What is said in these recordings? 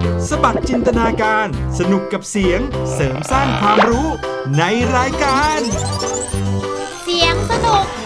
สบัดจินตนาการสนุกกับเสียงเสริมสร้างความรู้ในรายการเสียงสนุก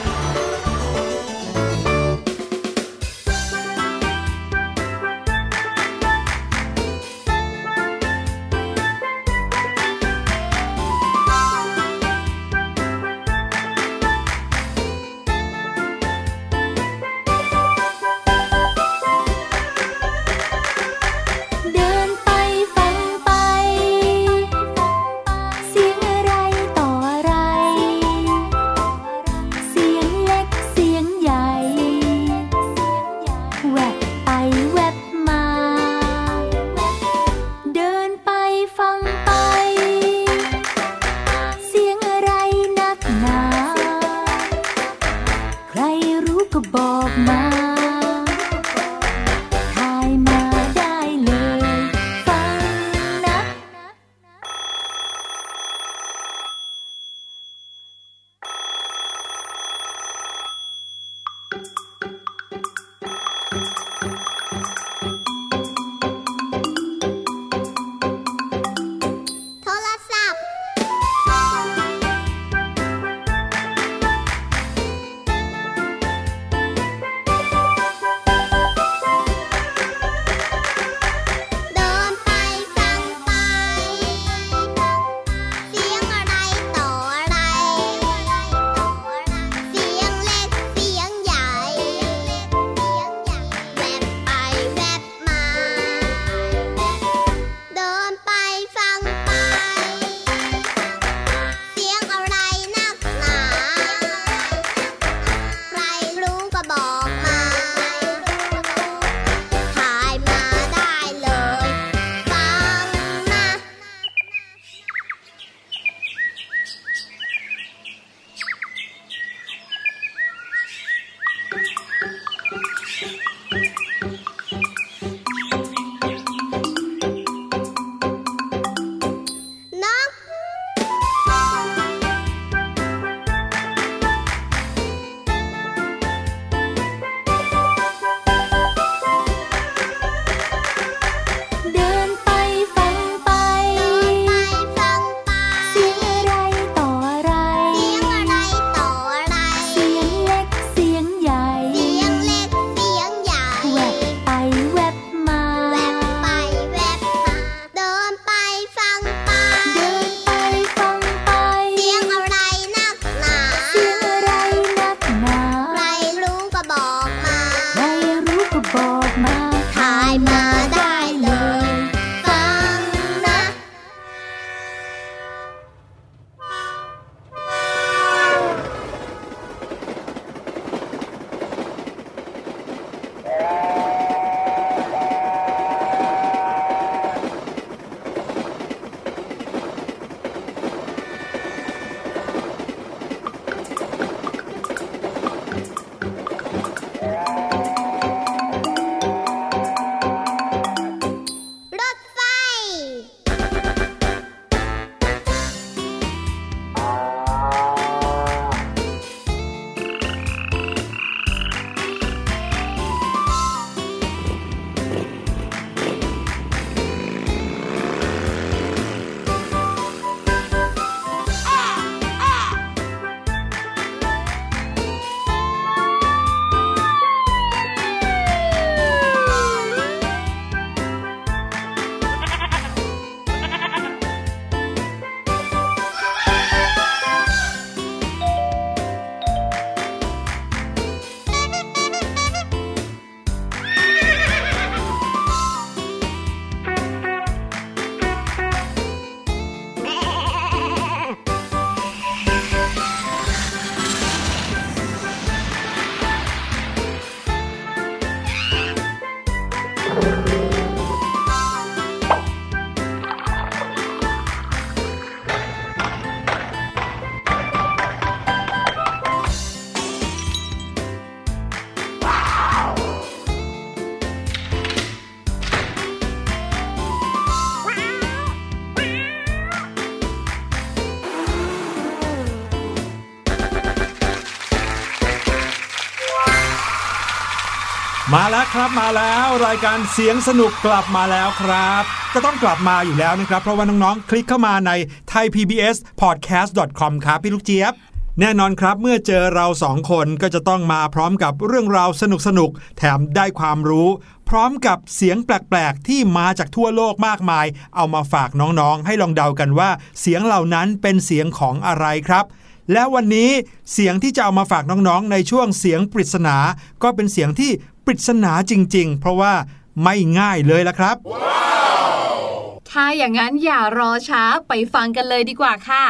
มาแล้วครับมาแล้วรายการเสียงสนุกกลับมาแล้วครับก็ต้องกลับมาอยู่แล้วนะครับเพราะว่าน้องๆคลิกเข้ามาใน thaipbspodcast.com ครับพี่ลูกเจี๊ยบแน่นอนครับเมื่อเจอเรา2คนก็จะต้องมาพร้อมกับเรื่องราวสนุกๆแถมได้ความรู้พร้อมกับเสียงแปลกๆที่มาจากทั่วโลกมากมายเอามาฝากน้องๆให้ลองเดากันว่าเสียงเหล่านั้นเป็นเสียงของอะไรครับและวันนี้เสียงที่จะเอามาฝากน้องๆในช่วงเสียงปริศนาก็เป็นเสียงที่ปริศนาจริงๆเพราะว่าไม่ง่ายเลยละครับ wow! ถ้าอย่างนั้นอย่ารอช้าไปฟังกันเลยดีกว่าค่ะ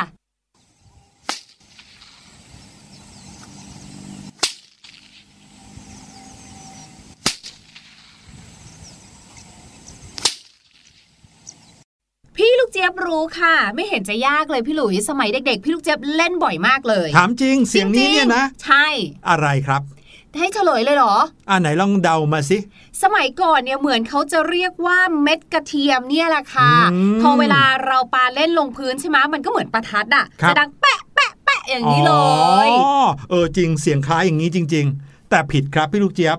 พี่ลูกเจี๊ยบรู้ค่ะไม่เห็นจะยากเลยพี่หลุยสมัยเด็กๆพี่ลูกเจี๊ยบเล่นบ่อยมากเลยถามจริงเสียงนี้เนี่ยนะใช่อะไรครับให้เฉลยเลยเหรอไหนลองเดามาสิสมัยก่อนเนี่ยเหมือนเขาจะเรียกว่าเม็ดกระเทียมเนี่ยแหละค่ะพอเวลาเราปาเล่นลงพื้นใช่ไหมมันก็เหมือนประทัดอ่ะจะดังแปะแปะแปะอย่างนี้เลยจริงเสียงคล้ายอย่างนี้จริงๆแต่ผิดครับพี่ลูกเจี๊ยบ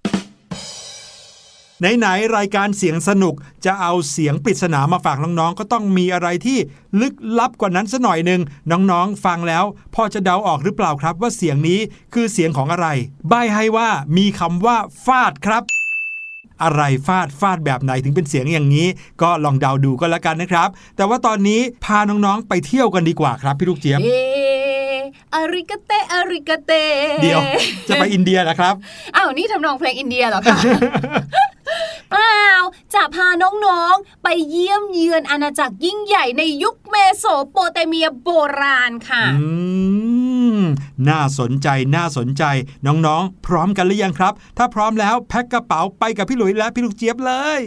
ไหนๆรายการเสียงสนุกจะเอาเสียงปริศนามาฝากน้องๆก็ต้องมีอะไรที่ลึกลับกว่านั้นซะหน่อยนึงน้องๆฟังแล้วพอจะเดาออกหรือเปล่าครับว่าเสียงนี้คือเสียงของอะไรใบ้ให้ว่ามีคำว่าฟาดครับอะไรฟาดแบบไหนถึงเป็นเสียงอย่างนี้ก็ลองเดาดูก็แล้วกันนะครับแต่ว่าตอนนี้พาน้องๆไปเที่ยวกันดีกว่าครับพี่ลูกเจี๊ยบอาริกาเตอาริกาเตเดี๋ยวจะไปอินเดียเหรอครับอ้าวนี่ทำนองเพลงอินเดียเหรอคะเปล่าจะพาน้องๆไปเยี่ยมเยือนอาณาจักรยิ่งใหญ่ในยุคเมโสโปเตเมียโบราณค่ะน่าสนใจน้องๆพร้อมกันหรือยังครับถ้าพร้อมแล้วแพ็คกระเป๋าไปกับพี่หลุยและพี่ลูกเจี๊ยบเลย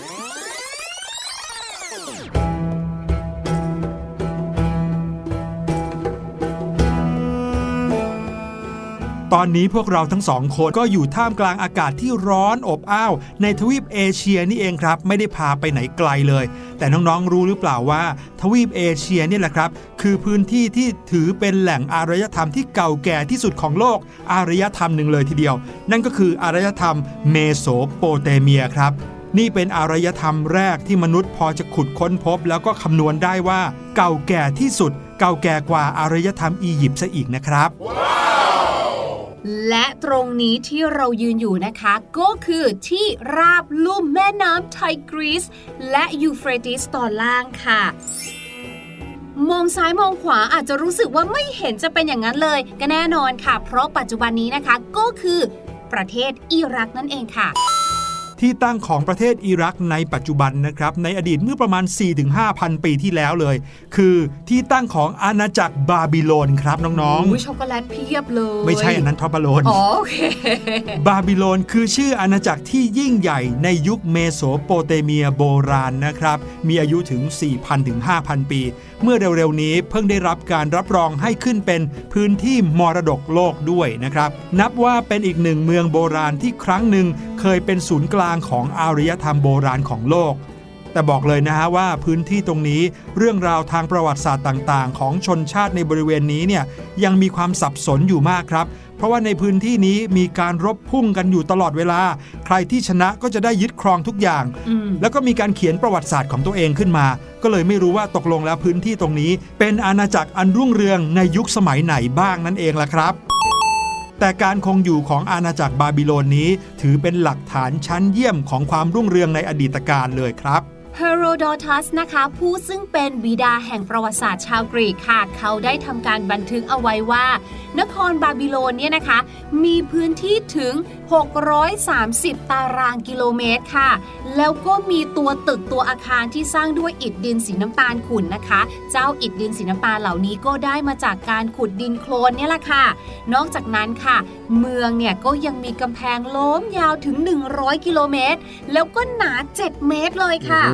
ตอนนี้พวกเราทั้ง2คนก็อยู่ท่ามกลางอากาศที่ร้อนอบอ้าวในทวีปเอเชียนี่เองครับไม่ได้พาไปไหนไกลเลยแต่น้องๆรู้หรือเปล่าว่าทวีปเอเชียนี่แหละครับคือพื้นที่ที่ถือเป็นแหล่งอารยธรรมที่เก่าแก่ที่สุดของโลกอารยธรรมหนึ่งเลยทีเดียวนั่นก็คืออารยธรรมเมโสโปเตเมียครับนี่เป็นอารยธรรมแรกที่มนุษย์พอจะขุดค้นพบแล้วก็คำนวณได้ว่าเก่าแก่ที่สุดเก่าแก่กว่าอารยธรรมอียิปต์ซะอีกนะครับและตรงนี้ที่เรายืนอยู่นะคะก็คือที่ราบลุ่มแม่น้ำไทกรีสและยูเฟรติสตอนล่างค่ะมองซ้ายมองขวาอาจจะรู้สึกว่าไม่เห็นจะเป็นอย่างนั้นเลยก็แน่นอนค่ะเพราะปัจจุบันนี้นะคะก็คือประเทศอิรักนั่นเองค่ะที่ตั้งของประเทศอิรักในปัจจุบันนะครับในอดีตเมื่อประมาณ 4-5,000 ปีที่แล้วเลยคือที่ตั้งของอาณาจักรบาบิโลนครับน้องๆช็อกโกแลตเพียบเลยไม่ใช่อันนั้นทอปาโลนโอเคบาบิโลนคือชื่ออาณาจักรที่ยิ่งใหญ่ในยุคเมโสโปเตเมียโบราณนะครับมีอายุถึง 4,000-5,000 ปีเมื่อเร็วๆนี้เพิ่งได้รับการรับรองให้ขึ้นเป็นพื้นที่มรดกโลกด้วยนะครับนับว่าเป็นอีกหนึ่งเมืองโบราณที่ครั้งหนึ่งเคยเป็นศูนย์กลางของอารยธรรมโบราณของโลกแต่บอกเลยนะฮะว่าพื้นที่ตรงนี้เรื่องราวทางประวัติศาสตร์ต่างๆของชนชาติในบริเวณนี้เนี่ยยังมีความสับสนอยู่มากครับเพราะว่าในพื้นที่นี้มีการรบพุ่งกันอยู่ตลอดเวลาใครที่ชนะก็จะได้ยึดครองทุกอย่างแล้วก็มีการเขียนประวัติศาสตร์ของตัวเองขึ้นมาก็เลยไม่รู้ว่าตกลงแล้วพื้นที่ตรงนี้เป็นอาณาจักรอันรุ่งเรืองในยุคสมัยไหนบ้างนั่นเองล่ะครับแต่การคงอยู่ของอาณาจักรบาบิโลนนี้ถือเป็นหลักฐานชั้นเยี่ยมของความรุ่งเรืองในอดีตการเลยครับเฮโรโดทัสนะคะผู้ซึ่งเป็นบิดาแห่งประวัติศาสตร์ชาวกรีกค่ะเขาได้ทำการบันทึกเอาไว้ว่านครบาบิโลนเนี่ยนะคะมีพื้นที่ถึง630ตารางกิโลเมตรค่ะแล้วก็มีตัวตึกตัวอาคารที่สร้างด้วยอิฐดินสีน้ำตาลขุ่นนะคะเจ้าอิฐดินสีน้ำตาลเหล่านี้ก็ได้มาจากการขุดดินโคลนเนี่ยแหละค่ะนอกจากนั้นค่ะเมืองเนี่ยก็ยังมีกำแพงล้อมยาวถึง100กิโลเมตรแล้วก็หนา7เมตรเลยค่ะ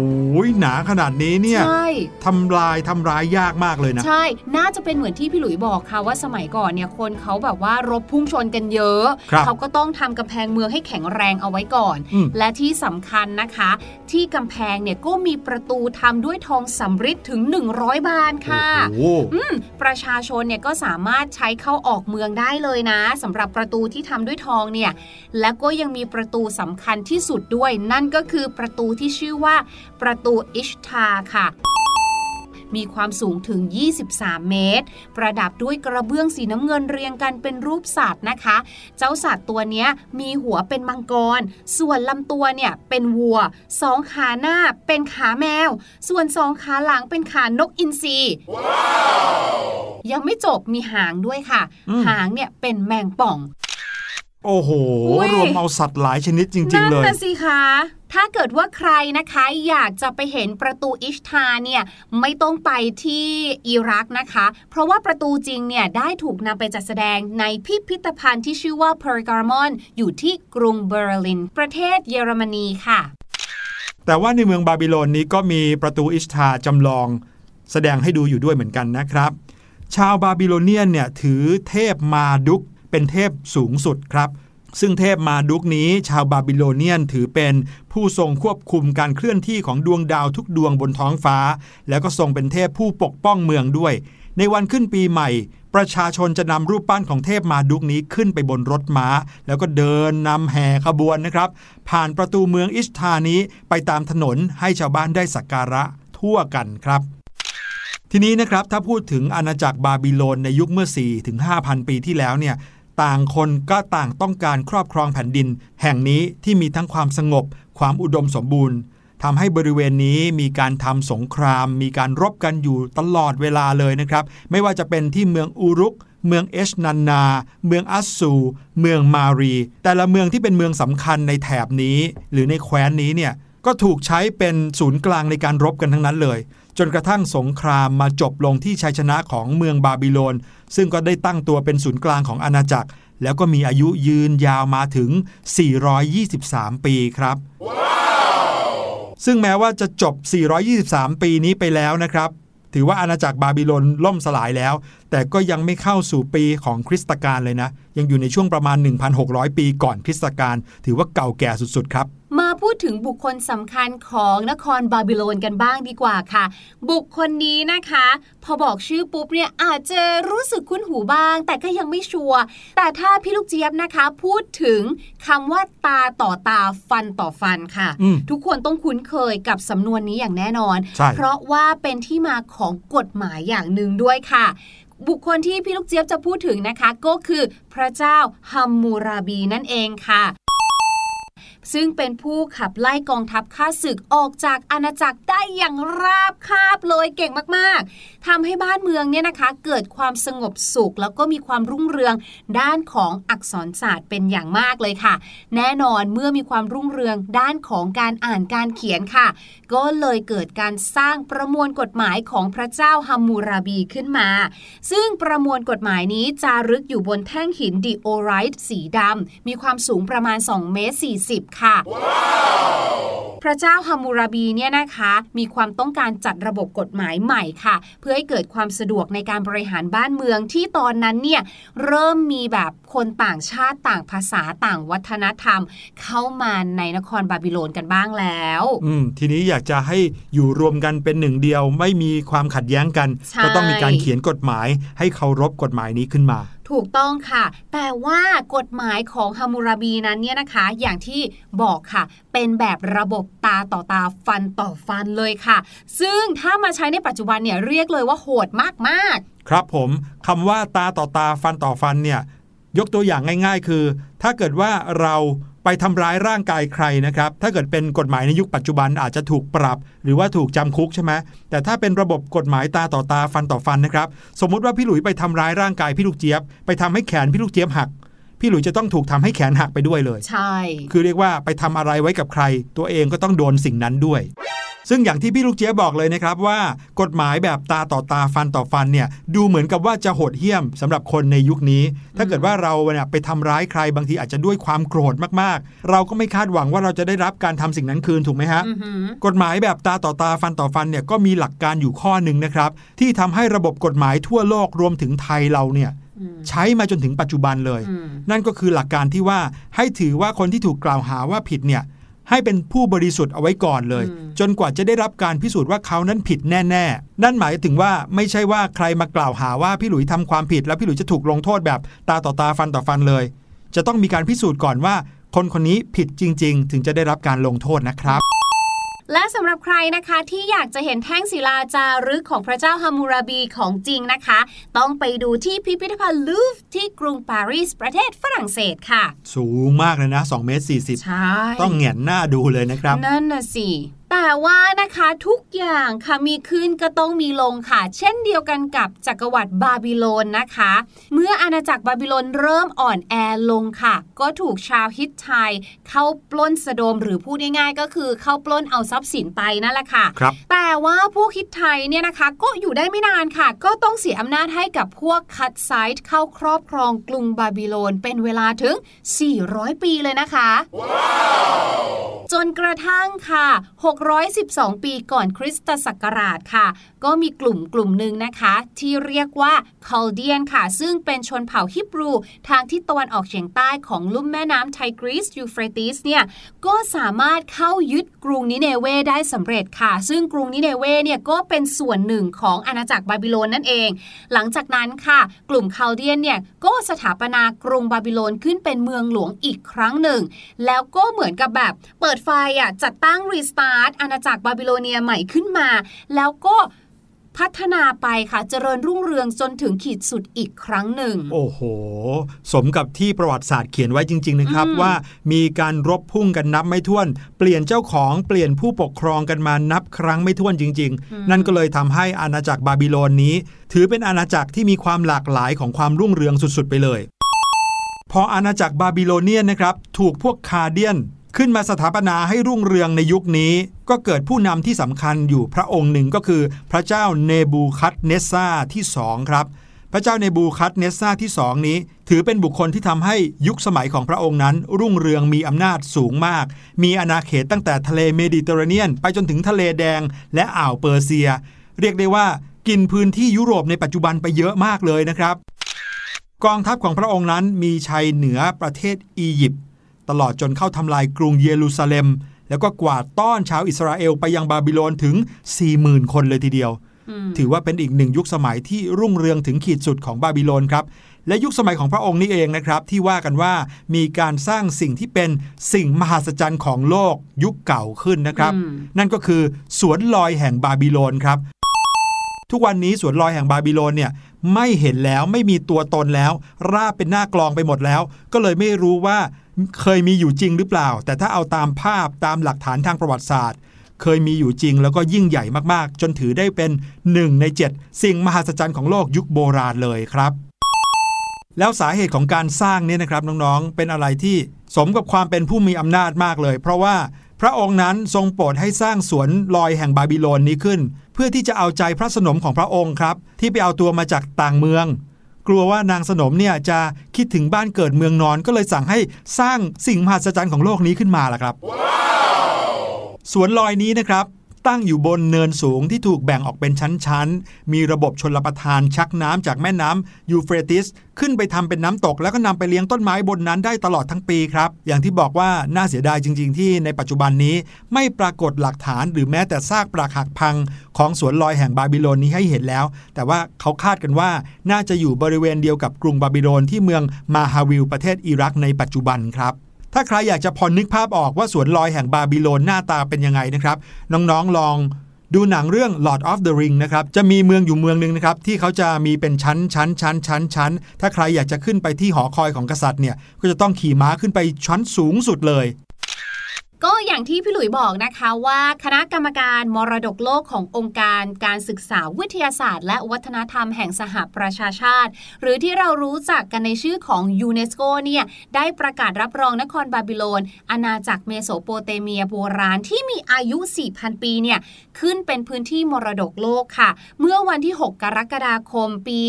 หนาขนาดนี้เนี่ยใช่ทำร้ายยากมากเลยนะใช่น่าจะเป็นเหมือนที่พี่หลุยบอกค่ะว่าสมัยก่อนเนี่ยคนเขาแบบว่ารบพุ่งชนกันเยอะเขาก็ต้องทำกำแพงเมืองให้แข็งแรงเอาไว้ก่อนและที่สำคัญนะคะที่กำแพงเนี่ยก็มีประตูทำด้วยทองสำริดถึง100 บานค่ะประชาชนเนี่ยก็สามารถใช้เข้าออกเมืองได้เลยนะสำหรับประตูที่ทำด้วยทองเนี่ยและก็ยังมีประตูสำคัญที่สุดด้วยนั่นก็คือประตูที่ชื่อว่าประตูอิชทาค่ะมีความสูงถึง23 เมตรประดับด้วยกระเบื้องสีน้ำเงินเรียงกันเป็นรูปสัตว์นะคะเจ้าสัตว์ตัวนี้มีหัวเป็นมังกรส่วนลำตัวเนี่ยเป็นวัว2 ขาหน้าเป็นขาแมวส่วน2 ขาหลังเป็นขานกอินทรี ยังไม่จบมีหางด้วยค่ะหางเนี่ยเป็นแมงป่องโอ้โหรวมเอาสัตว์หลายชนิดจริงๆเลยนั่นน่ะสิคะถ้าเกิดว่าใครนะคะอยากจะไปเห็นประตูอิชทาเนี่ยไม่ต้องไปที่อิรักนะคะเพราะว่าประตูจริงเนี่ยได้ถูกนำไปจัดแสดงในพิพิธภัณฑ์ที่ชื่อว่าเพอร์กามอนอยู่ที่กรุงเบอร์ลินประเทศเยอรมนีค่ะแต่ว่าในเมืองบาบิโลนนี้ก็มีประตูอิชทาจำลองแสดงให้ดูอยู่ด้วยเหมือนกันนะครับชาวบาบิโลเนียนเนี่ยถือเทพมาดุกเป็นเทพสูงสุดครับซึ่งเทพมาดุกนี้ชาวบาบิโลเนียนถือเป็นผู้ทรงควบคุมการเคลื่อนที่ของดวงดาวทุกดวงบนท้องฟ้าแล้วก็ทรงเป็นเทพผู้ปกป้องเมืองด้วยในวันขึ้นปีใหม่ประชาชนจะนำรูปปั้นของเทพมาดุกนี้ขึ้นไปบนรถม้าแล้วก็เดินนำแห่ขบวนนะครับผ่านประตูเมืองอิชทานี้ไปตามถนนให้ชาวบ้านได้สักการะทั่วกันครับทีนี้นะครับถ้าพูดถึงอาณาจักรบาบิโลนในยุคเมื่อ 4-5,000 ปีที่แล้วเนี่ยต่างคนก็ต่างต้องการครอบครองแผ่นดินแห่งนี้ที่มีทั้งความสงบความอุดมสมบูรณ์ทำให้บริเวณนี้มีการทำสงครามมีการรบกันอยู่ตลอดเวลาเลยนะครับไม่ว่าจะเป็นที่เมืองอูรุกเมืองเอชนันนาเมืองอัสซูเมืองมารีแต่ละเมืองที่เป็นเมืองสำคัญในแถบนี้หรือในแคว้นนี้เนี่ยก็ถูกใช้เป็นศูนย์กลางในการรบกันทั้งนั้นเลยจนกระทั่งสงครามมาจบลงที่ชัยชนะของเมืองบาบิโลนซึ่งก็ได้ตั้งตัวเป็นศูนย์กลางของอาณาจักรแล้วก็มีอายุยืนยาวมาถึง423 ปีครับ wow! ซึ่งแม้ว่าจะจบ423 ปีนี้ไปแล้วนะครับถือว่าอาณาจักรบาบิโลนล่มสลายแล้วแต่ก็ยังไม่เข้าสู่ปีของคริสตกาลเลยนะยังอยู่ในช่วงประมาณ 1,600 ปีก่อนคริสตกาลถือว่าเก่าแก่สุดๆครับมาพูดถึงบุคคลสำคัญของนครบาบิโลนกันบ้างดีกว่าค่ะบุคคลนี้นะคะพอบอกชื่อปุ๊บเนี่ยอาจจะรู้สึกคุ้นหูบ้างแต่ก็ยังไม่ชัวร์แต่ถ้าพี่ลูกเจี๊ยบนะคะพูดถึงคำว่าตาต่อตาฟันต่อฟันค่ะทุกคนต้องคุ้นเคยกับสำนวนนี้อย่างแน่นอนเพราะว่าเป็นที่มาของกฎหมายอย่างหนึ่งด้วยค่ะบุคคลที่พี่ลูกเจี๊ยบจะพูดถึงนะคะก็คือพระเจ้าฮัมมูราบีนั่นเองค่ะซึ่งเป็นผู้ขับไล่กองทัพข้าศึกออกจากอาณาจักรได้อย่างราบคาบเลยเก่งมากๆทำให้บ้านเมืองเนี่ยนะคะเกิดความสงบสุขแล้วก็มีความรุ่งเรืองด้านของอักษรศาสตร์เป็นอย่างมากเลยค่ะแน่นอนเมื่อมีความรุ่งเรืองด้านของการอ่านการเขียนค่ะก็เลยเกิดการสร้างประมวลกฎหมายของพระเจ้าฮัมมูราบีขึ้นมาซึ่งประมวลกฎหมายนี้จารึกอยู่บนแท่งหินดิโอไรต์สีดำมีความสูงประมาณ2 เมตร 40ค่ะ wow! พระเจ้าฮัมมูราบีเนี่ยนะคะมีความต้องการจัดระบบกฎหมายใหม่ค่ะเพื่อให้เกิดความสะดวกในการบริหารบ้านเมืองที่ตอนนั้นเนี่ยเริ่มมีแบบคนต่างชาติต่างภาษาต่างวัฒนธรรมเข้ามาในนครบาบิโลนกันบ้างแล้วทีนี้อยากจะให้อยู่รวมกันเป็นหนึ่งเดียวไม่มีความขัดแย้งกันก็ต้องมีการเขียนกฎหมายให้เคารพกฎหมายนี้ขึ้นมาถูกต้องค่ะแต่ว่ากฎหมายของฮัมมูราบีนั้นเนี่ยนะคะอย่างที่บอกค่ะเป็นแบบระบบตาต่อตาฟันต่อฟันเลยค่ะซึ่งถ้ามาใช้ในปัจจุบันเนี่ยเรียกเลยว่าโหดมากๆครับผมคำว่าตาต่อตาฟันต่อฟันเนี่ยยกตัวอย่างง่ายๆคือถ้าเกิดว่าเราไปทำร้ายร่างกายใครนะครับถ้าเกิดเป็นกฎหมายในยุคปัจจุบันอาจจะถูกปรับหรือว่าถูกจำคุกใช่ไหมแต่ถ้าเป็นระบบกฎหมายตาต่อตาฟันต่อฟันนะครับสมมุติว่าพี่หลุยไปทำร้ายร่างกายพี่ลูกเจี๊ยบไปทำให้แขนพี่ลูกเจี๊ยบหักพี่หลุยจะต้องถูกทำให้แขนหักไปด้วยเลยใช่คือเรียกว่าไปทำอะไรไว้กับใครตัวเองก็ต้องโดนสิ่งนั้นด้วยซึ่งอย่างที่พี่ลูกเจี๊ยบบอกเลยนะครับว่ากฎหมายแบบตาต่อตาฟันต่อฟันเนี่ยดูเหมือนกับว่าจะโหดเหี้ยมสำหรับคนในยุคนี้ถ้าเกิดว่าเราเนี่ยไปทำร้ายใครบางทีอาจจะด้วยความโกรธมากๆเราก็ไม่คาดหวังว่าเราจะได้รับการทำสิ่งนั้นคืนถูกไหมฮะกฎหมายแบบตาต่อตาฟันต่อฟันเนี่ยก็มีหลักการอยู่ข้อหนึ่งนะครับที่ทำให้ระบบกฎหมายทั่วโลกรวมถึงไทยเราเนี่ยใช้มาจนถึงปัจจุบันเลยนั่นก็คือหลักการที่ว่าให้ถือว่าคนที่ถูกกล่าวหาว่าผิดเนี่ยให้เป็นผู้บริสุทธิ์เอาไว้ก่อนเลยจนกว่าจะได้รับการพิสูจน์ว่าเขานั้นผิดแน่ๆนั่นหมายถึงว่าไม่ใช่ว่าใครมากล่าวหาว่าพี่หลุยทำความผิดแล้วพี่หลุยจะถูกลงโทษแบบตาต่อตาฟันต่อฟันเลยจะต้องมีการพิสูจน์ก่อนว่าคนคนนี้ผิดจริงๆถึงจะได้รับการลงโทษนะครับและสำหรับใครนะคะที่อยากจะเห็นแท่งศิลาจารึกของพระเจ้าฮัมมูราบีของจริงนะคะต้องไปดูที่พิพิธภัณฑ์ลูฟร์ที่กรุงปารีสประเทศฝรั่งเศสค่ะสูงมากเลยนะ2.40 เมตรใช่ต้องแหงนหน้าดูเลยนะครับนั่นน่ะสิแต่ว่านะคะทุกอย่างค่ะมีขึ้นก็ต้องมีลงค่ะเช่นเดียวกันกับจักรวรรดิบาบิโลนนะคะเมื่ออาณาจักรบาบิโลนเริ่มอ่อนแอลงค่ะก็ถูกชาวฮิตไทเข้าปล้นสะโดมหรือพูดง่ายๆก็คือเข้าปล้นเอาทรัพย์สินไปนั่นแหละค่ะแต่ว่าพวกฮิตไทเนี่ยนะคะก็อยู่ได้ไม่นานค่ะก็ต้องเสียอำนาจให้กับพวกคัตไซต์เข้าครอบครองกรุงบาบิโลนเป็นเวลาถึง400 ปีเลยนะคะ จนกระทั่งค่ะ612 ปีก่อนคริสตศักราชค่ะก็มีกลุ่มหนึ่งนะคะที่เรียกว่าคอลเดียนค่ะซึ่งเป็นชนเผ่าฮิบรูทางทิศตะวันออกเฉียงใต้ของลุ่มแม่น้ำไทกรีสยูเฟรติสเนี่ยก็สามารถเข้ายึดกรุงนิเนเวได้สำเร็จค่ะซึ่งกรุงนิเนเวเนี่ยก็เป็นส่วนหนึ่งของอาณาจักรบาบิโลนนั่นเองหลังจากนั้นค่ะกลุ่มคอลเดียนเนี่ยก็สถาปนากรุงบาบิโลนขึ้นเป็นเมืองหลวงอีกครั้งหนึ่งแล้วก็เหมือนกับแบบเปิดไฟจัดตั้งรีสตาร์ทอาณาจักรบาบิโลเนียใหม่ขึ้นมาแล้วก็พัฒนาไปค่ะเจริญรุ่งเรืองจนถึงขีดสุดอีกครั้งหนึ่งโอ้โหสมกับที่ประวัติศาสตร์เขียนไว้จริงๆนะครับว่ามีการรบพุ่งกันนับไม่ถ้วนเปลี่ยนเจ้าของเปลี่ยนผู้ปกครองกันมานับครั้งไม่ถ้วนจริงๆนั่นก็เลยทำให้อาณาจักรบาบิโลนนี้ถือเป็นอาณาจักรที่มีความหลากหลายของความรุ่งเรืองสุดๆไปเลยพออาณาจักรบาบิโลเนียนนะครับถูกพวกคาเดียนขึ้นมาสถาปนาให้รุ่งเรืองในยุคนี้ก็เกิดผู้นำที่สำคัญอยู่พระองค์หนึ่งก็คือพระเจ้าเนบูคัดเนสซาที่2ครับพระเจ้าเนบูคัดเนสซาที่2นี้ถือเป็นบุคคลที่ทำให้ยุคสมัยของพระองค์นั้นรุ่งเรืองมีอำนาจสูงมากมีอาณาเขตตั้งแต่ทะเลเมดิเตอร์เรเนียนไปจนถึงทะเลแดงและอ่าวเปอร์เซียเรียกได้ว่ากินพื้นที่ยุโรปในปัจจุบันไปเยอะมากเลยนะครับกองทัพของพระองค์นั้นมีชัยเหนือประเทศอียิปต์ตลอดจนเข้าทำลายกรุงเยรูซาเล็มแล้วก็กวาดต้อนชาวอิสราเอลไปยังบาบิโลนถึง 40,000 คนเลยทีเดียวถือว่าเป็นอีกหนึ่งยุคสมัยที่รุ่งเรืองถึงขีดสุดของบาบิโลนครับและยุคสมัยของพระองค์นี่เองนะครับที่ว่ากันว่ามีการสร้างสิ่งที่เป็นสิ่งมหัศจรรย์ของโลกยุคเก่าขึ้นนะครับนั่นก็คือสวนลอยแห่งบาบิโลนครับทุกวันนี้สวนลอยแห่งบาบิโลนเนี่ยไม่เห็นแล้วไม่มีตัวตนแล้วราบเป็นหน้ากลองไปหมดแล้วก็เลยไม่รู้ว่าเคยมีอยู่จริงหรือเปล่าแต่ถ้าเอาตามภาพตามหลักฐานทางประวัติศาสตร์เคยมีอยู่จริงแล้วก็ยิ่งใหญ่มากๆจนถือได้เป็น1 ใน 7สิ่งมหัศจรรย์ของโลกยุคโบราณเลยครับแล้วสาเหตุของการสร้างเนี่ยนะครับน้องๆเป็นอะไรที่สมกับความเป็นผู้มีอำนาจมากเลยเพราะว่าพระองค์นั้นทรงโปรดให้สร้างสวนลอยแห่งบาบิโลนนี้ขึ้นเพื่อที่จะเอาใจพระสนมของพระองค์ครับที่ไปเอาตัวมาจากต่างเมืองกลัวว่านางสนมเนี่ยจะคิดถึงบ้านเกิดเมืองนอนก็เลยสั่งให้สร้างสิ่งมหัศจรรย์ของโลกนี้ขึ้นมาล่ะครับ สวนลอยนี้นะครับตั้งอยู่บนเนินสูงที่ถูกแบ่งออกเป็นชั้นๆมีระบบชลประทานชักน้ำจากแม่น้ำยูเฟรติสขึ้นไปทำเป็นน้ำตกแล้วก็นำไปเลี้ยงต้นไม้บนนั้นได้ตลอดทั้งปีครับอย่างที่บอกว่าน่าเสียดายจริงๆที่ในปัจจุบันนี้ไม่ปรากฏหลักฐานหรือแม้แต่ซากปรักหักพังของสวนลอยแห่งบาบิโลนนี้ให้เห็นแล้วแต่ว่าเขาคาดกันว่าน่าจะอยู่บริเวณเดียวกับกรุงบาบิโลนที่เมืองมาฮาวิลประเทศอิรักในปัจจุบันครับถ้าใครอยากจะพอนึกภาพออกว่าสวนลอยแห่งบาบิโลนหน้าตาเป็นยังไงนะครับน้องๆลองดูหนังเรื่อง Lord of the Ring นะครับจะมีเมืองอยู่เมืองนึงนะครับที่เขาจะมีเป็นชั้นถ้าใครอยากจะขึ้นไปที่หอคอยของกษัตริย์เนี่ยก็จะต้องขี่ม้าขึ้นไปชั้นสูงสุดเลยก็อย่างที่พี่หลุยบอกนะคะว่าคณะกรรมการมรดกโลกขององค์การการศึกษาวิทยาศาสตร์และวัฒนธรรมแห่งสหประชาชาติหรือที่เรารู้จักกันในชื่อของยูเนสโกเนี่ยได้ประกาศรับรองนครบาบิโลนอาณาจักรเมโสโปเตเมียโบราณที่มีอายุ 4,000 ปีเนี่ยขึ้นเป็นพื้นที่มรดกโลกค่ะเมื่อวันที่ 6 กรกฎาคมปี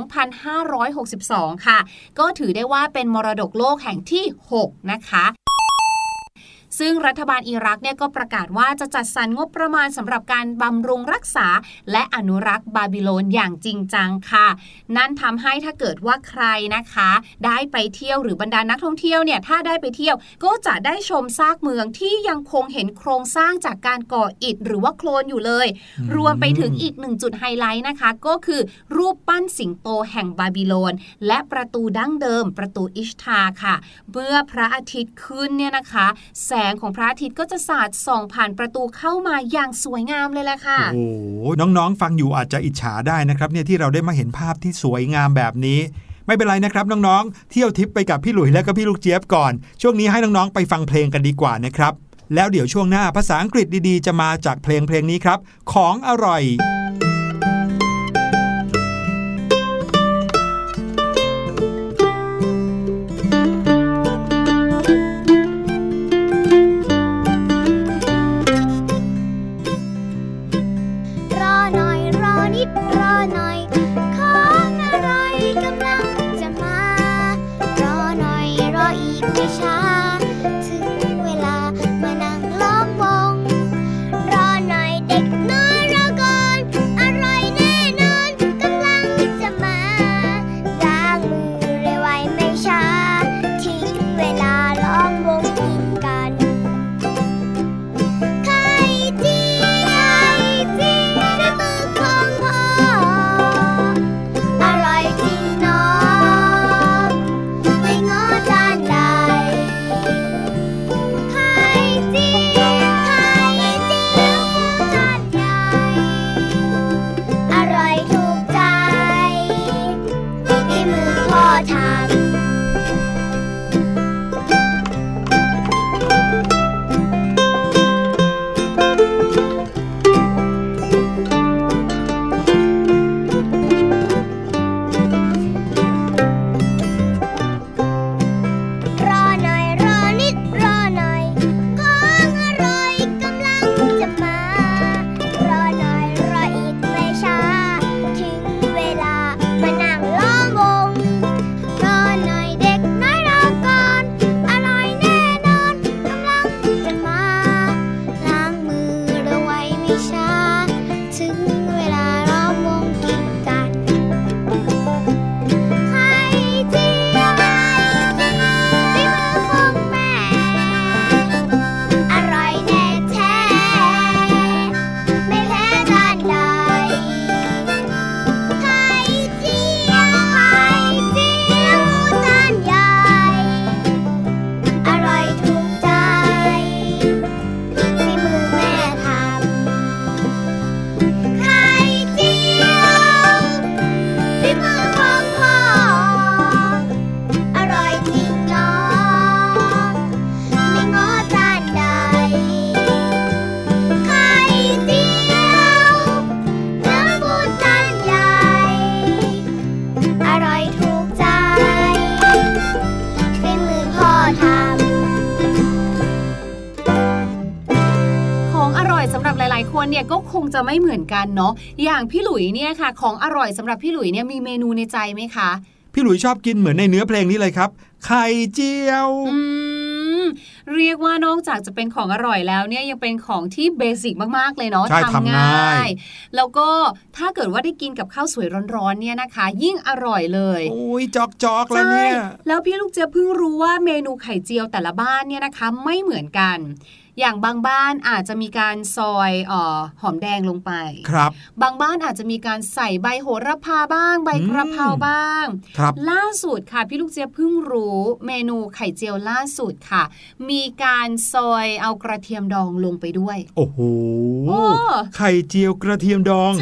2562 ค่ะก็ถือได้ว่าเป็นมรดกโลกแห่งที่ 6 นะคะซึ่งรัฐบาลอิรักเนี่ยก็ประกาศว่าจะจัดสรรงบประมาณสำหรับการบำรุงรักษาและอนุรักษ์บาบิโลนอย่างจริงจังค่ะนั่นทำให้ถ้าเกิดว่าใครนะคะได้ไปเที่ยวหรือบรรดานักท่องเที่ยวเนี่ยถ้าได้ไปเที่ยวก็จะได้ชมซากเมืองที่ยังคงเห็นโครงสร้างจากการก่ออิฐหรือว่าโคลนอยู่เลยรวมไปถึงอีกหนึ่งจุดไฮไลท์นะคะก็คือรูปปั้นสิงโตแห่งบาบิโลนและประตูดั้งเดิมประตูอิชทาค่ะเมื่อพระอาทิตย์ขึ้นเนี่ยนะคะแสงของพระอาทิตย์ก็จะสาดส่องผ่านประตูเข้ามาอย่างสวยงามเลยแหละค่ะโอ้โหน้องๆฟังอยู่อาจจะอิจฉาได้นะครับเนี่ยที่เราได้มาเห็นภาพที่สวยงามแบบนี้ไม่เป็นไรนะครับน้องๆเที่ยวทิปไปกับพี่หลุยและก็พี่ลูกเจี๊ยบก่อนช่วงนี้ให้น้องๆไปฟังเพลงกันดีกว่านะครับแล้วเดี๋ยวช่วงหน้าภาษาอังกฤษดีๆจะมาจากเพลงนี้ครับของอร่อยเนี่ยก็คงจะไม่เหมือนกันเนาะอย่างพี่หลุยเนี่ยค่ะของอร่อยสำหรับพี่หลุยเนี่ยมีเมนูในใจไหมคะพี่หลุยชอบกินเหมือนในเนื้อเพลงนี้เลยครับไข่เจียวเรียกว่านอกจากจะเป็นของอร่อยแล้วเนี่ยยังเป็นของที่เบสิกมากๆเลยเนาะทำง่ายแล้วก็ถ้าเกิดว่าได้กินกับข้าวสวยร้อนๆเนี่ยนะคะยิ่งอร่อยเลยโอ้ยจอกๆแล้วเนี่ยแล้วพี่ลูกเจี๊ยบเพิ่งรู้ว่าเมนูไข่เจียวแต่ละบ้านเนี่ยนะคะไม่เหมือนกันอย่างบางบ้านอาจจะมีการซอยหอมแดงลงไปครับบางบ้านอาจจะมีการใส่ใบโหระพาบ้างใบกระเพราบ้างล่าสุดค่ะพี่ลูกเจี๊ยบเพิ่งรู้เมนูไข่เจียวล่าสุดค่ะมีการซอยเอากระเทียมดองลงไปด้วยโอ้โหไข่เจียวกระเทียมดองใช่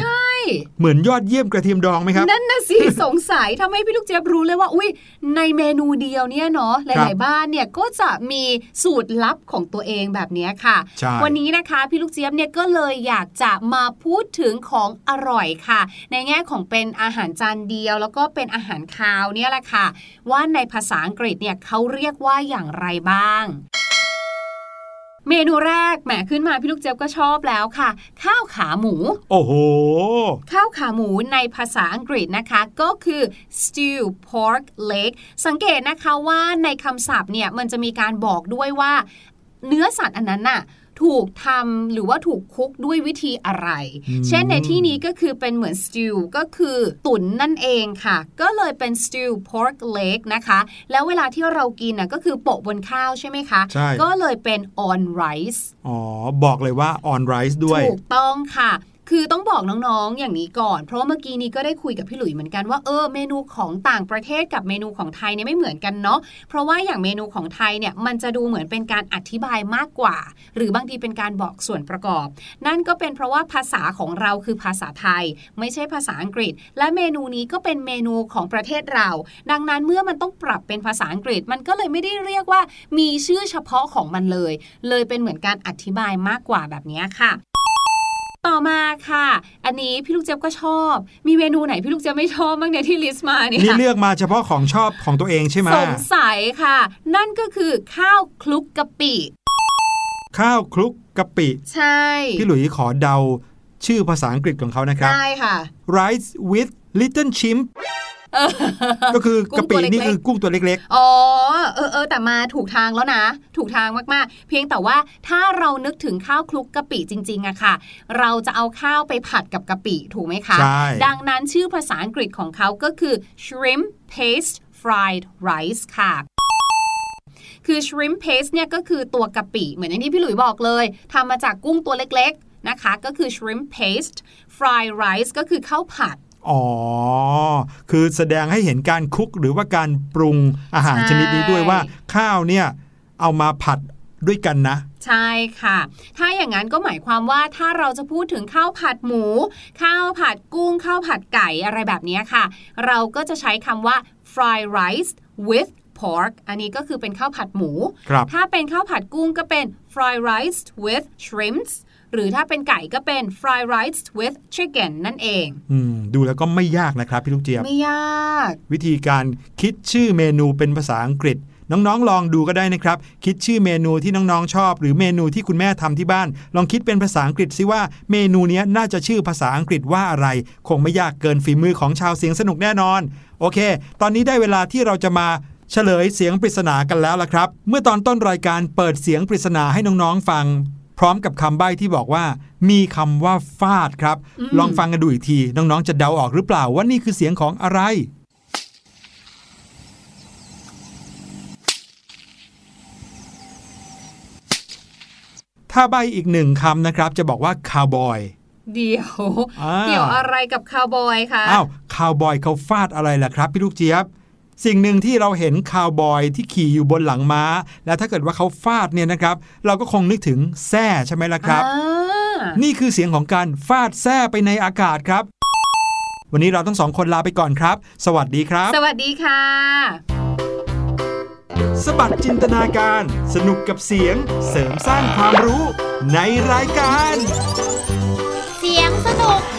เหมือนยอดเยี่ยมกระเทียมดองไหมครับนั่นน่ะสิ สงสัยทำให้พี่ลูกเจี๊ยบรู้เลยว่าอุ๊ยในเมนูเดียวเนี่ยเนาะหลายๆบ้านเนี่ยก็จะมีสูตรลับของตัวเองแบบนี้ค่ะวันนี้นะคะพี่ลูกเจี๊ยบเนี่ยก็เลยอยากจะมาพูดถึงของอร่อยค่ะในแง่ของเป็นอาหารจานเดียวแล้วก็เป็นอาหารคาวเนี่ยแหละค่ะว่าในภาษาอังกฤษเนี่ยเขาเรียกว่าอย่างไรบ้างเมนูแรกแหมขึ้นมาพี่ลูกเจี๊ยบก็ชอบแล้วค่ะข้าวขาหมูโอ้โหข้าวขาหมูในภาษาอังกฤษนะคะก็คือ stew pork leg สังเกตนะคะว่าในคำศัพท์เนี่ยมันจะมีการบอกด้วยว่าเนื้อสัตว์อันนั้นน่ะถูกทำหรือว่าถูกคุกด้วยวิธีอะไรเช่นในที่นี้ก็คือเป็นเหมือนสติวก็คือตุ๋นนั่นเองค่ะก็เลยเป็น stew pork leg นะคะแล้วเวลาที่เรากินน่ะก็คือโปะบนข้าวใช่ไหมคะก็เลยเป็น on rice อ๋อบอกเลยว่า on rice ด้วยถูกต้องค่ะคือต้องบอกน้องๆอย่างนี้ก่อนเพราะเมื่อกี้นี้ก็ได้คุยกับพี่หลุยเหมือนกันว่าเมนูของต่างประเทศกับเมนูของไทยเนี่ยไม่เหมือนกันเนาะเพราะว่าอย่างเมนูของไทยเนี่ยมันจะดูเหมือนเป็นการอธิบายมากกว่าหรือบางทีเป็นการบอกส่วนประกอบนั่นก็เป็นเพราะว่าภาษาของเราคือภาษาไทยไม่ใช่ภาษาอังกฤษและเมนูนี้ก็เป็นเมนูของประเทศเราดังนั้นเมื่อมันต้องปรับเป็นภาษาอังกฤษมันก็เลยไม่ได้เรียกว่ามีชื่อเฉพาะของมันเลยเป็นเหมือนการอธิบายมากกว่าแบบนี้ค่ะต่อมาค่ะอันนี้พี่ลูกเจี๊ยบก็ชอบมีเมนูไหนพี่ลูกเจี๊ยบไม่ชอบบ้างเนี่ยที่ลิสต์มาเนี่ยนี่เลือกมาเฉพาะของชอบของตัวเองใช่ไหมสงสัยค่ะนั่นก็คือข้าวคลุกกะปิข้าวคลุกกะปิใช่พี่หลุยขอเดาชื่อภาษาอังกฤษของเขานะครับได้ค่ะ rice with little shrimpก็คือกะปินี่คือกุ้งตัวเล็กๆอ๋อแต่มาถูกทางแล้วนะถูกทางมากๆเพียงแต่ว่าถ้าเรานึกถึงข้าวคลุกกะปิจริงๆอะค่ะเราจะเอาข้าวไปผัดกับกะปิถูกไหมคะดังนั้นชื่อภาษาอังกฤษของเขาก็คือ shrimp paste fried rice ค่ะคือ shrimp paste เนี่ยก็คือตัวกะปิเหมือนอย่างที่พี่หลุยบอกเลยทำมาจากกุ้งตัวเล็กๆนะคะก็คือ shrimp paste fried rice ก็คือข้าวผัดอ๋อคือแสดงให้เห็นการคลุกหรือว่าการปรุงอาหารชนิดนี้ด้วยว่าข้าวเนี่ยเอามาผัดด้วยกันนะใช่ค่ะถ้าอย่างนั้นก็หมายความว่าถ้าเราจะพูดถึงข้าวผัดหมูข้าวผัดกุ้งข้าวผัดไก่อะไรแบบนี้ค่ะเราก็จะใช้คำว่า fried rice with pork อันนี้ก็คือเป็นข้าวผัดหมูถ้าเป็นข้าวผัดกุ้งก็เป็น fried rice with shrimpsหรือถ้าเป็นไก่ก็เป็น fried rice with chicken นั่นเองดูแล้วก็ไม่ยากนะครับพี่ลูกเจี๊ยบไม่ยากวิธีการคิดชื่อเมนูเป็นภาษาอังกฤษน้องๆลองดูก็ได้นะครับคิดชื่อเมนูที่น้องๆชอบหรือเมนูที่คุณแม่ทำที่บ้านลองคิดเป็นภาษาอังกฤษซิว่าเมนูนี้น่าจะชื่อภาษาอังกฤษว่าอะไรคงไม่ยากเกินฝีมือของชาวเสียงสนุกแน่นอนโอเคตอนนี้ได้เวลาที่เราจะมาเฉลยเสียงปริศนากันแล้วล่ะครับเมื่อตอนต้นรายการเปิดเสียงปริศนาให้น้องๆฟังพร้อมกับคำใบ้ที่บอกว่ามีคำว่าฟาดครับลองฟังกันดูอีกทีน้องๆจะเดาออกหรือเปล่าว่านี่คือเสียงของอะไรถ้าใบ้อีกหนึ่งคำนะครับจะบอกว่าคาวบอยเดี๋ยวอะไรกับคาวบอยคะอ้าวคาวบอยเขาฟาดอะไรล่ะครับพี่ลูกเจี๊ยบสิ่งหนึ่งที่เราเห็นคาวบอยที่ขี่อยู่บนหลังม้าแล้วถ้าเกิดว่าเขาฟาดเนี่ยนะครับเราก็คงนึกถึงแส้ใช่ไหมล่ะครับนี่คือเสียงของการฟาดแส้ไปในอากาศครับวันนี้เราทั้งสองคนลาไปก่อนครับสวัสดีครับสวัสดีค่ะสบัดจินตนาการสนุกกับเสียงเสริมสร้างความรู้ในรายการเสียงสนุก